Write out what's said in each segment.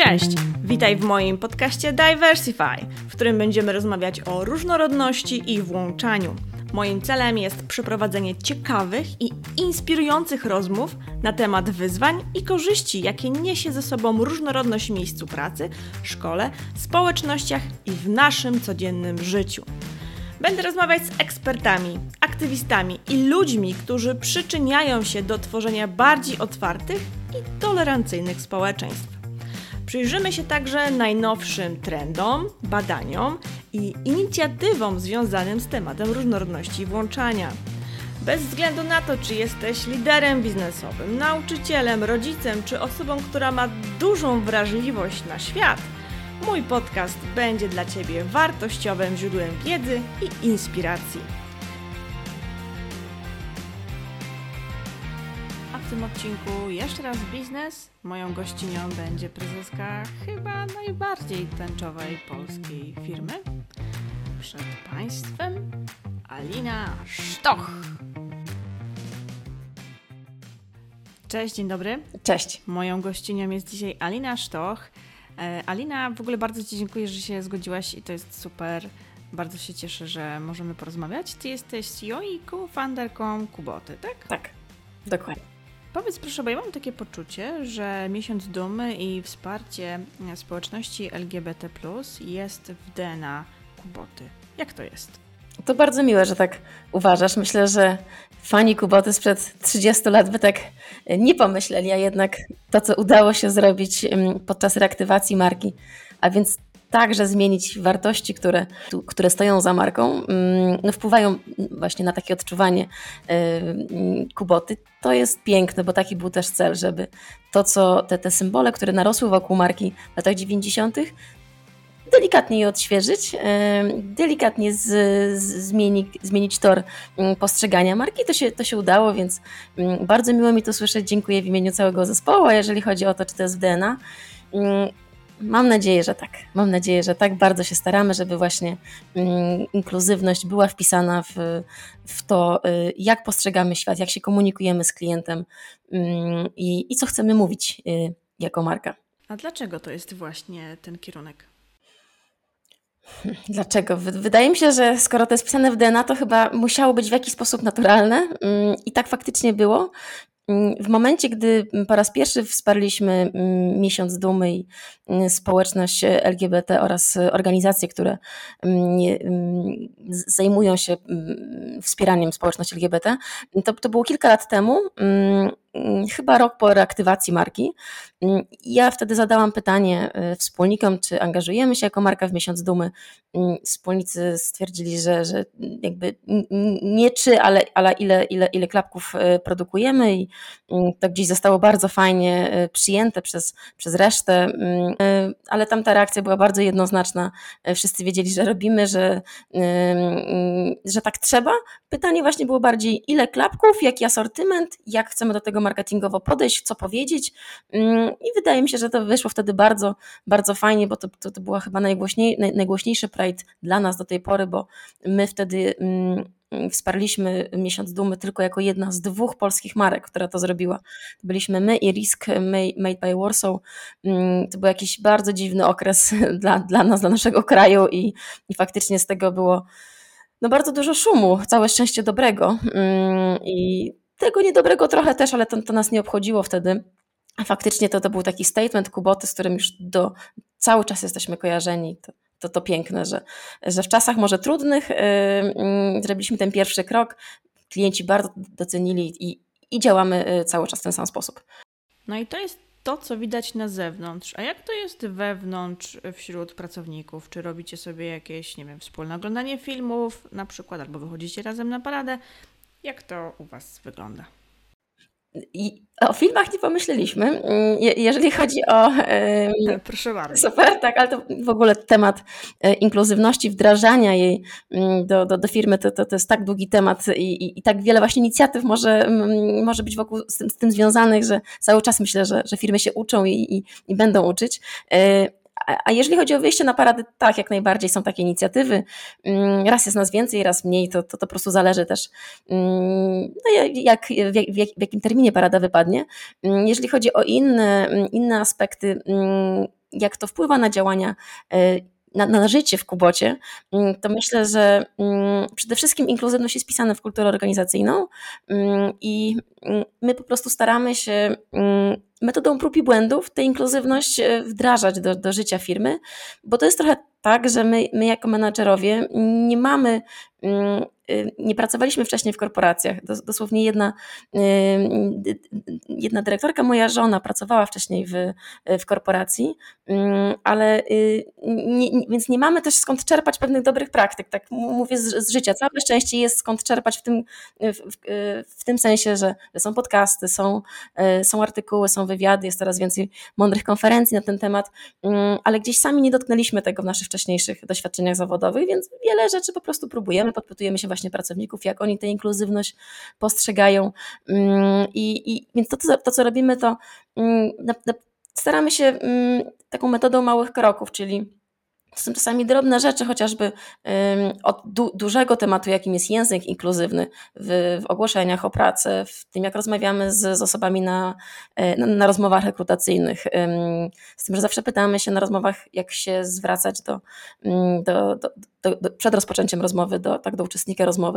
Cześć! Witaj w moim podcaście Diversify, w którym będziemy rozmawiać o różnorodności i włączaniu. Moim celem jest przeprowadzenie ciekawych i inspirujących rozmów na temat wyzwań i korzyści, jakie niesie ze sobą różnorodność w miejscu pracy, szkole, społecznościach i w naszym codziennym życiu. Będę rozmawiać z ekspertami, aktywistami i ludźmi, którzy przyczyniają się do tworzenia bardziej otwartych i tolerancyjnych społeczeństw. Przyjrzymy się także najnowszym trendom, badaniom i inicjatywom związanym z tematem różnorodności i włączania. Bez względu na to, czy jesteś liderem biznesowym, nauczycielem, rodzicem, czy osobą, która ma dużą wrażliwość na świat, mój podcast będzie dla Ciebie wartościowym źródłem wiedzy i inspiracji. A w tym odcinku jeszcze raz biznes. Moją gościnią będzie prezeska chyba najbardziej tęczowej polskiej firmy. Przed Państwem Alina Sztoch. Cześć, dzień dobry. Cześć. Moją gościnią jest dzisiaj Alina Sztoch. Alina, w ogóle bardzo Ci dziękuję, że się zgodziłaś i to jest super. Bardzo się cieszę, że możemy porozmawiać. Ty jesteś CEO i co-founderką Kuboty, tak? Tak, dokładnie. Powiedz proszę, bo ja mam takie poczucie, że Miesiąc Dumy i wsparcie społeczności LGBT+ jest w DNA Kuboty. Jak to jest? To bardzo miłe, że tak uważasz. Myślę, że fani Kuboty sprzed 30 lat by tak nie pomyśleli, a jednak to, co udało się zrobić podczas reaktywacji marki, a więc także zmienić wartości, które stoją za marką, no wpływają właśnie na takie odczuwanie Kuboty. To jest piękne, bo taki był też cel, żeby to, co te symbole, które narosły wokół marki w latach 90., delikatnie je odświeżyć, delikatnie zmienić tor postrzegania marki. To się udało, więc bardzo miło mi to słyszeć. Dziękuję w imieniu całego zespołu, a jeżeli chodzi o to, czy to jest w DNA, mam nadzieję, że tak. Mam nadzieję, że tak. Bardzo się staramy, żeby właśnie inkluzywność była wpisana w to, jak postrzegamy świat, jak się komunikujemy z klientem i co chcemy mówić jako marka. A dlaczego to jest właśnie ten kierunek? Dlaczego? Wydaje mi się, że skoro to jest wpisane w DNA, to chyba musiało być w jakiś sposób naturalne i tak faktycznie było. W momencie, gdy po raz pierwszy wsparliśmy Miesiąc Dumy i społeczność LGBT oraz organizacje, które zajmują się wspieraniem społeczności LGBT, to było kilka lat temu, chyba rok po reaktywacji marki. Ja wtedy zadałam pytanie wspólnikom, czy angażujemy się jako marka w Miesiąc Dumy. Wspólnicy stwierdzili, że jakby nie czy, ale ile klapków produkujemy i to gdzieś zostało bardzo fajnie przyjęte przez resztę, ale tamta reakcja była bardzo jednoznaczna. Wszyscy wiedzieli, że robimy, że tak trzeba. Pytanie właśnie było bardziej, ile klapków, jaki asortyment, jak chcemy do tego marketingowo podejść, co powiedzieć i wydaje mi się, że to wyszło wtedy bardzo, bardzo fajnie, bo to była chyba najgłośniejszy Pride dla nas do tej pory, bo my wtedy wsparliśmy Miesiąc Dumy tylko jako jedna z 2 polskich marek, która to zrobiła. Byliśmy my i Risk Made by Warsaw. To był jakiś bardzo dziwny okres dla nas, dla naszego kraju i faktycznie z tego było bardzo dużo szumu, całe szczęście dobrego i tego niedobrego trochę też, ale to nas nie obchodziło wtedy. A faktycznie to był taki statement Kuboty, z którym już cały czas jesteśmy kojarzeni. To piękne, że w czasach może trudnych zrobiliśmy ten pierwszy krok, klienci bardzo docenili i działamy cały czas w ten sam sposób. No i to jest to, co widać na zewnątrz. A jak to jest wewnątrz wśród pracowników? Czy robicie sobie jakieś, nie wiem, wspólne oglądanie filmów na przykład, albo wychodzicie razem na paradę? Jak to u Was wygląda? I o filmach nie pomyśleliśmy, jeżeli chodzi o... Proszę bardzo. Super, tak, ale to w ogóle temat inkluzywności, wdrażania jej do firmy, to jest tak długi temat i tak wiele właśnie inicjatyw może być wokół z tym związanych, że cały czas myślę, że firmy się uczą i będą uczyć. A jeżeli chodzi o wyjście na paradę, tak, jak najbardziej są takie inicjatywy. Raz jest nas więcej, raz mniej, to po prostu zależy też, w jakim terminie parada wypadnie. Jeżeli chodzi o inne aspekty, jak to wpływa na działania, na życie w Kubocie, to myślę, że przede wszystkim inkluzywność jest wpisana w kulturę organizacyjną i my po prostu staramy się metodą prób i błędów tę inkluzywność wdrażać do życia firmy, bo to jest trochę tak, że my jako menadżerowie nie pracowaliśmy wcześniej w korporacjach. Dosłownie jedna dyrektorka, moja żona, pracowała wcześniej w korporacji, ale więc nie mamy też skąd czerpać pewnych dobrych praktyk, tak mówię z życia. Całe szczęście jest skąd czerpać w tym sensie, że są podcasty, są artykuły, są wywiady, jest coraz więcej mądrych konferencji na ten temat, ale gdzieś sami nie dotknęliśmy tego w naszych wcześniejszych doświadczeniach zawodowych, więc wiele rzeczy po prostu próbujemy, podpytujemy się właśnie pracowników, jak oni tę inkluzywność postrzegają więc to co robimy, to staramy się taką metodą małych kroków, czyli to są czasami drobne rzeczy, chociażby od dużego tematu, jakim jest język inkluzywny w ogłoszeniach o pracę, w tym jak rozmawiamy z osobami na rozmowach rekrutacyjnych. Z tym, że zawsze pytamy się na rozmowach, jak się zwracać przed rozpoczęciem rozmowy do uczestnika rozmowy,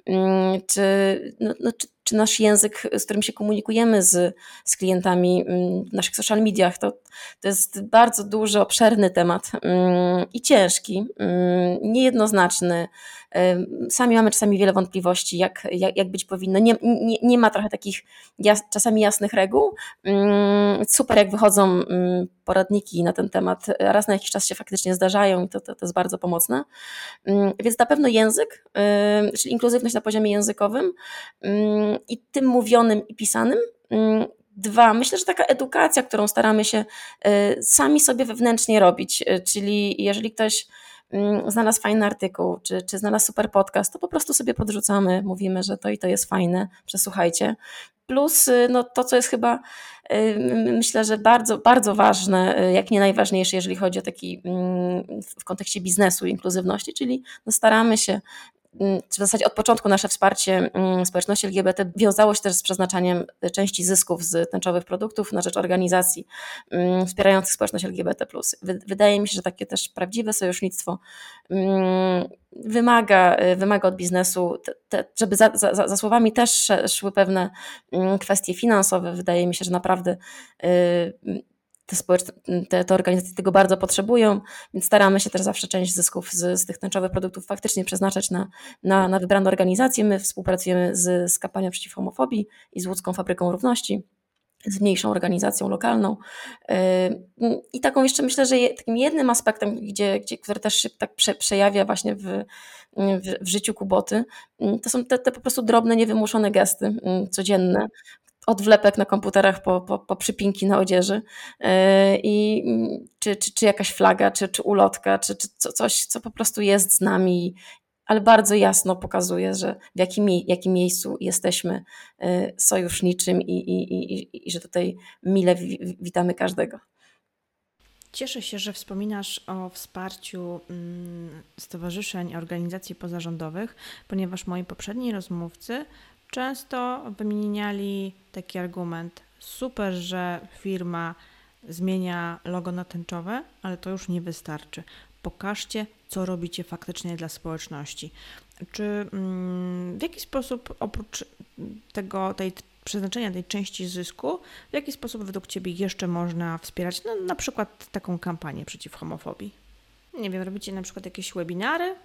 czy nasz język, z którym się komunikujemy z klientami w naszych social mediach, to jest bardzo duży, obszerny temat i ciężki, niejednoznaczny. Sami mamy czasami wiele wątpliwości, jak być powinno. Nie ma trochę takich czasami jasnych reguł. Super, jak wychodzą poradniki na ten temat. Raz na jakiś czas się faktycznie zdarzają i to jest bardzo pomocne. Więc na pewno język, czyli inkluzywność na poziomie językowym i tym mówionym i pisanym. Dwa, myślę, że taka edukacja, którą staramy się sami sobie wewnętrznie robić, czyli jeżeli ktoś znalazł fajny artykuł, czy znalazł super podcast, to po prostu sobie podrzucamy, mówimy, że to i to jest fajne, przesłuchajcie. Plus to, co jest chyba myślę, że bardzo, bardzo ważne, jak nie najważniejsze, jeżeli chodzi o taki w kontekście biznesu inkluzywności, czyli staramy się, w zasadzie od początku nasze wsparcie społeczności LGBT wiązało się też z przeznaczaniem części zysków z tęczowych produktów na rzecz organizacji wspierających społeczność LGBT+. Wydaje mi się, że takie też prawdziwe sojusznictwo wymaga od biznesu, żeby za słowami też szły pewne kwestie finansowe. Wydaje mi się, że naprawdę te organizacje tego bardzo potrzebują, więc staramy się też zawsze część zysków z tych tęczowych produktów faktycznie przeznaczać na wybrane organizacje. My współpracujemy z kampanią przeciw homofobii i z Łódzką Fabryką Równości, z mniejszą organizacją lokalną. I taką jeszcze myślę, że takim jednym aspektem, który też się tak przejawia właśnie w życiu Kuboty, to są te po prostu drobne, niewymuszone gesty codzienne, od wlepek na komputerach po przypinki na odzieży czy jakaś flaga, czy ulotka, czy coś, co po prostu jest z nami, ale bardzo jasno pokazuje, że w jakim miejscu jesteśmy sojuszniczym i że tutaj mile witamy każdego. Cieszę się, że wspominasz o wsparciu stowarzyszeń, organizacji pozarządowych, ponieważ moi poprzedni rozmówcy często wymieniali taki argument: super, że firma zmienia logo na tęczowe, ale to już nie wystarczy. Pokażcie, co robicie faktycznie dla społeczności. Czy w jaki sposób oprócz przeznaczenia tej części zysku, w jaki sposób według Ciebie jeszcze można wspierać na przykład taką kampanię przeciw homofobii? Nie wiem, robicie na przykład jakieś webinary?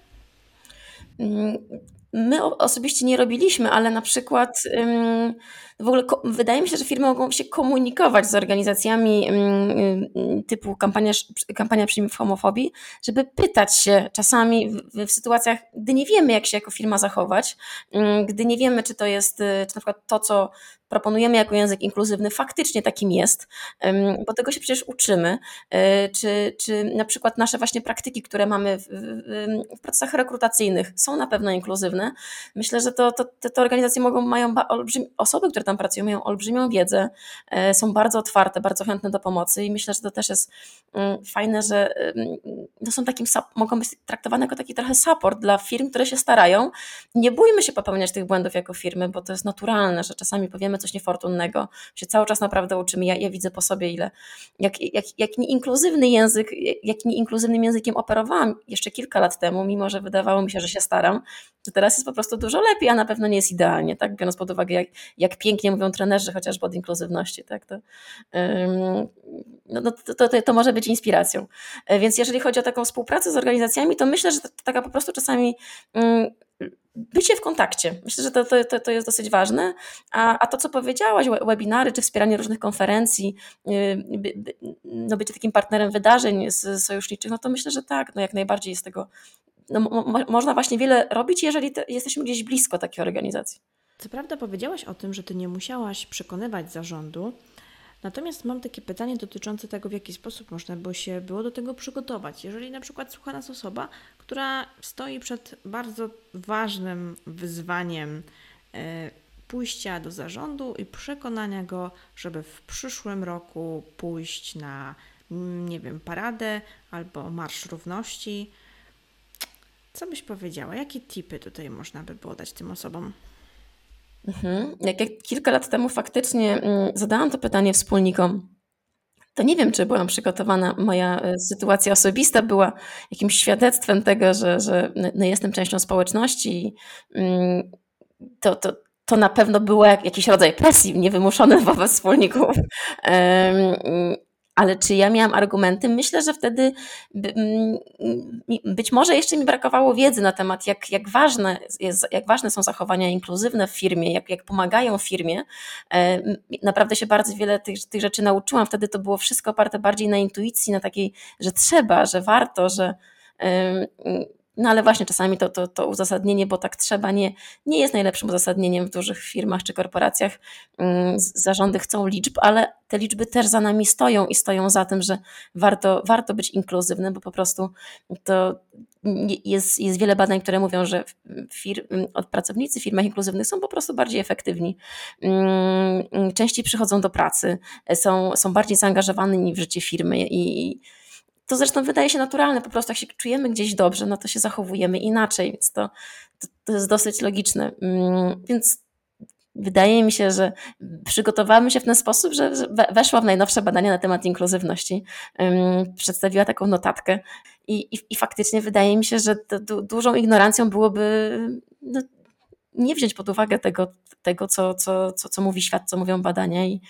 My osobiście nie robiliśmy, ale na przykład w ogóle wydaje mi się, że firmy mogą się komunikować z organizacjami typu kampania przeciw homofobii, żeby pytać się czasami w sytuacjach, gdy nie wiemy, jak się jako firma zachować, gdy nie wiemy, czy to jest, czy na przykład to, co proponujemy jako język inkluzywny, faktycznie takim jest, bo tego się przecież uczymy, czy na przykład nasze właśnie praktyki, które mamy w procesach rekrutacyjnych, są na pewno inkluzywne. Myślę, że te organizacje mają osoby, które tam pracują, mają olbrzymią wiedzę, są bardzo otwarte, bardzo chętne do pomocy i myślę, że to też jest fajne, że są mogą być traktowane jako taki trochę support dla firm, które się starają. Nie bójmy się popełniać tych błędów jako firmy, bo to jest naturalne, że czasami powiemy coś niefortunnego, się cały czas naprawdę uczymy. Ja widzę po sobie, jak nieinkluzywnym językiem operowałam jeszcze kilka lat temu, mimo że wydawało mi się, że się staram, to teraz jest po prostu dużo lepiej, a na pewno nie jest idealnie, tak? Biorąc pod uwagę, jak pięknie mówią trenerzy chociażby od inkluzywności, tak? To może być inspiracją. Więc jeżeli chodzi o taką współpracę z organizacjami, to myślę, że to taka po prostu czasami bycie w kontakcie. Myślę, że to jest dosyć ważne. A to, co powiedziałaś, webinary czy wspieranie różnych konferencji, bycie takim partnerem wydarzeń sojuszniczych, no to myślę, że tak, jak najbardziej jest tego. Można właśnie wiele robić, jeżeli jesteśmy gdzieś blisko takiej organizacji. Co prawda powiedziałaś o tym, że Ty nie musiałaś przekonywać zarządu, natomiast mam takie pytanie dotyczące tego, w jaki sposób można było do tego przygotować. Jeżeli na przykład słucha nas osoba, która stoi przed bardzo ważnym wyzwaniem pójścia do zarządu i przekonania go, żeby w przyszłym roku pójść na, nie wiem, paradę albo Marsz Równości. Co byś powiedziała? Jakie tipy tutaj można by było dać tym osobom? Jak kilka lat temu faktycznie zadałam to pytanie wspólnikom, to nie wiem, czy byłam przygotowana. Moja sytuacja osobista była jakimś świadectwem tego, że jestem częścią społeczności i to na pewno był jakiś rodzaj presji niewymuszony wobec wspólników. Ale czy ja miałam argumenty? Myślę, że wtedy być może jeszcze mi brakowało wiedzy na temat, jak ważne są zachowania inkluzywne w firmie, jak pomagają firmie. Naprawdę się bardzo wiele tych rzeczy nauczyłam. Wtedy to było wszystko oparte bardziej na intuicji, na takiej, że trzeba, że warto, że... No ale właśnie czasami to uzasadnienie, bo tak trzeba, nie jest najlepszym uzasadnieniem w dużych firmach czy korporacjach. Zarządy chcą liczb, ale te liczby też za nami stoją i stoją za tym, że warto być inkluzywnym, bo po prostu to jest wiele badań, które mówią, że pracownicy w firmach inkluzywnych są po prostu bardziej efektywni, częściej przychodzą do pracy, są bardziej zaangażowani w życie firmy i to zresztą wydaje się naturalne, po prostu jak się czujemy gdzieś dobrze, no to się zachowujemy inaczej, więc to jest dosyć logiczne. Więc wydaje mi się, że przygotowałam się w ten sposób, że weszła w najnowsze badania na temat inkluzywności, przedstawiła taką notatkę i faktycznie wydaje mi się, że dużą ignorancją byłoby nie wziąć pod uwagę tego co mówi świat, co mówią badania i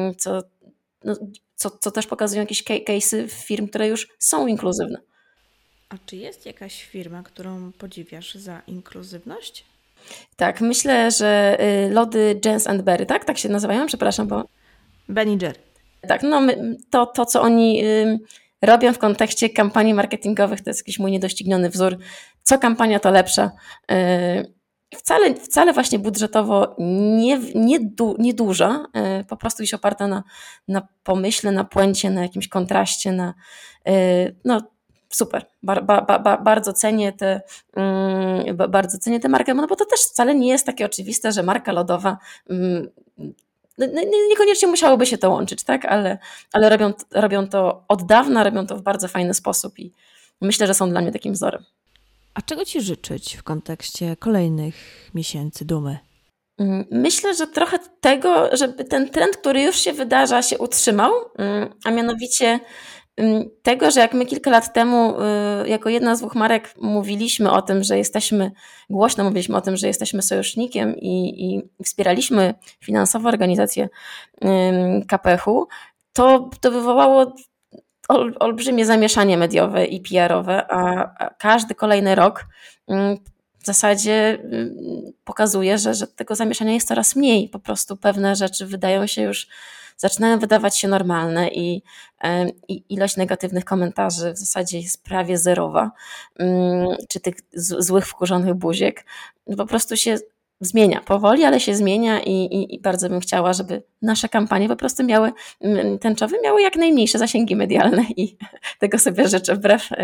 co też pokazują jakieś case'y firm, które już są inkluzywne. A czy jest jakaś firma, którą podziwiasz za inkluzywność? Tak, myślę, że lody Jens & Berry, tak? Tak się nazywają? Przepraszam, bo... Ben & Jerry. Tak, to co oni robią w kontekście kampanii marketingowych, to jest jakiś mój niedościgniony wzór. Co kampania, to lepsza. Wcale właśnie budżetowo nieduża, po prostu gdzieś oparta na pomyśle, na puencie, na jakimś kontraście, super. Bardzo cenię tę markę, no bo to też wcale nie jest takie oczywiste, że marka lodowa niekoniecznie musiałoby się to łączyć, tak? Ale robią to od dawna, robią to w bardzo fajny sposób i myślę, że są dla mnie takim wzorem. A czego Ci życzyć w kontekście kolejnych miesięcy dumy? Myślę, że trochę tego, żeby ten trend, który już się wydarza, się utrzymał, a mianowicie tego, że jak my kilka lat temu jako jedna z 2 marek głośno mówiliśmy o tym, że jesteśmy sojusznikiem i wspieraliśmy finansowo organizację KPH-u, to wywołało olbrzymie zamieszanie mediowe i PR-owe, a każdy kolejny rok w zasadzie pokazuje, że tego zamieszania jest coraz mniej. Po prostu pewne rzeczy zaczynają wydawać się normalne i ilość negatywnych komentarzy w zasadzie jest prawie zerowa, czy tych złych, wkurzonych buziek. Po prostu się zmienia powoli, ale się zmienia i bardzo bym chciała, żeby nasze kampanie po prostu tęczowe miały jak najmniejsze zasięgi medialne i tego sobie życzę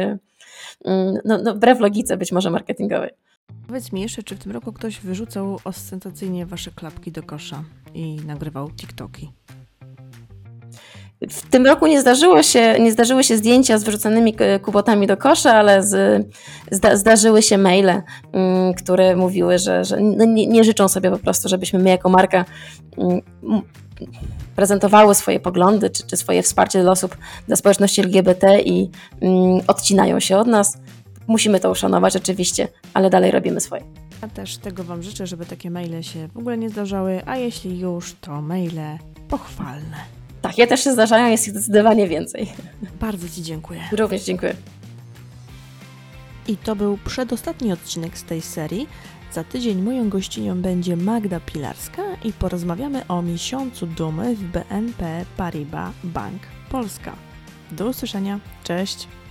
wbrew logice być może marketingowej. Powiedz mi jeszcze, czy w tym roku ktoś wyrzucał ostentacyjnie Wasze klapki do kosza i nagrywał TikToki? W tym roku nie zdarzyły się zdjęcia z wrzuconymi kubotami do kosza, ale zdarzyły się maile, które mówiły, że nie życzą sobie po prostu, żebyśmy my jako marka prezentowały swoje poglądy czy swoje wsparcie dla osób, dla społeczności LGBT i odcinają się od nas. Musimy to uszanować oczywiście, ale dalej robimy swoje. Ja też tego Wam życzę, żeby takie maile się w ogóle nie zdarzały, a jeśli już, to maile pochwalne. Tak, ja też się zdarzają, jest ich zdecydowanie więcej. Bardzo Ci dziękuję. Również dziękuję. I to był przedostatni odcinek z tej serii. Za tydzień moją gościnią będzie Magda Pilarska i porozmawiamy o miesiącu dumy w BNP Paribas Bank Polska. Do usłyszenia. Cześć!